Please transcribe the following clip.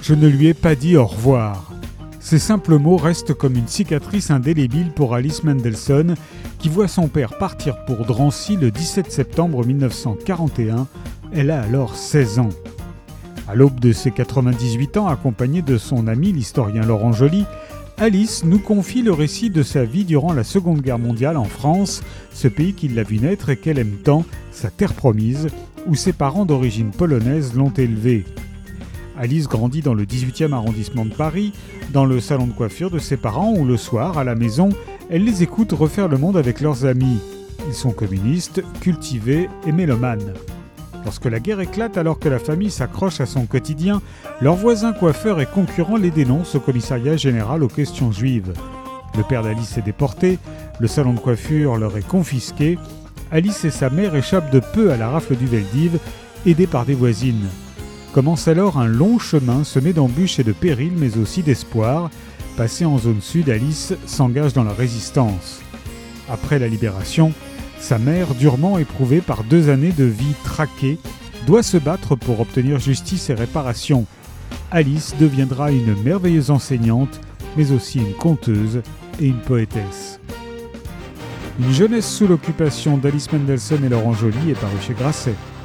Je ne lui ai pas dit au revoir. Ces simples mots restent comme une cicatrice indélébile pour Alice Mendelssohn, qui voit son père partir pour Drancy le 17 septembre 1941. Elle a alors 16 ans. À l'aube de ses 98 ans, accompagnée de son ami l'historien Laurent Joly, Alice nous confie le récit de sa vie durant la Seconde Guerre mondiale en France, ce pays qui l'a vu naître et qu'elle aime tant, sa terre promise, où ses parents d'origine polonaise l'ont élevée. Alice grandit dans le 18e arrondissement de Paris, dans le salon de coiffure de ses parents où le soir, à la maison, elle les écoute refaire le monde avec leurs amis. Ils sont communistes, cultivés et mélomanes. Lorsque la guerre éclate, alors que la famille s'accroche à son quotidien, leur voisin coiffeur et concurrent les dénonce au commissariat général aux questions juives. Le père d'Alice est déporté, le salon de coiffure leur est confisqué. Alice et sa mère échappent de peu à la rafle du Veldiv, aidées par des voisines. Commence alors un long chemin semé d'embûches et de périls, mais aussi d'espoir. Passée en zone sud, Alice s'engage dans la résistance. Après la libération, sa mère, durement éprouvée par 2 années de vie traquée, doit se battre pour obtenir justice et réparation. Alice deviendra une merveilleuse enseignante, mais aussi une conteuse et une poétesse. Une jeunesse sous l'occupation d'Alice Mendelssohn et Laurent Joly est paru chez Grasset.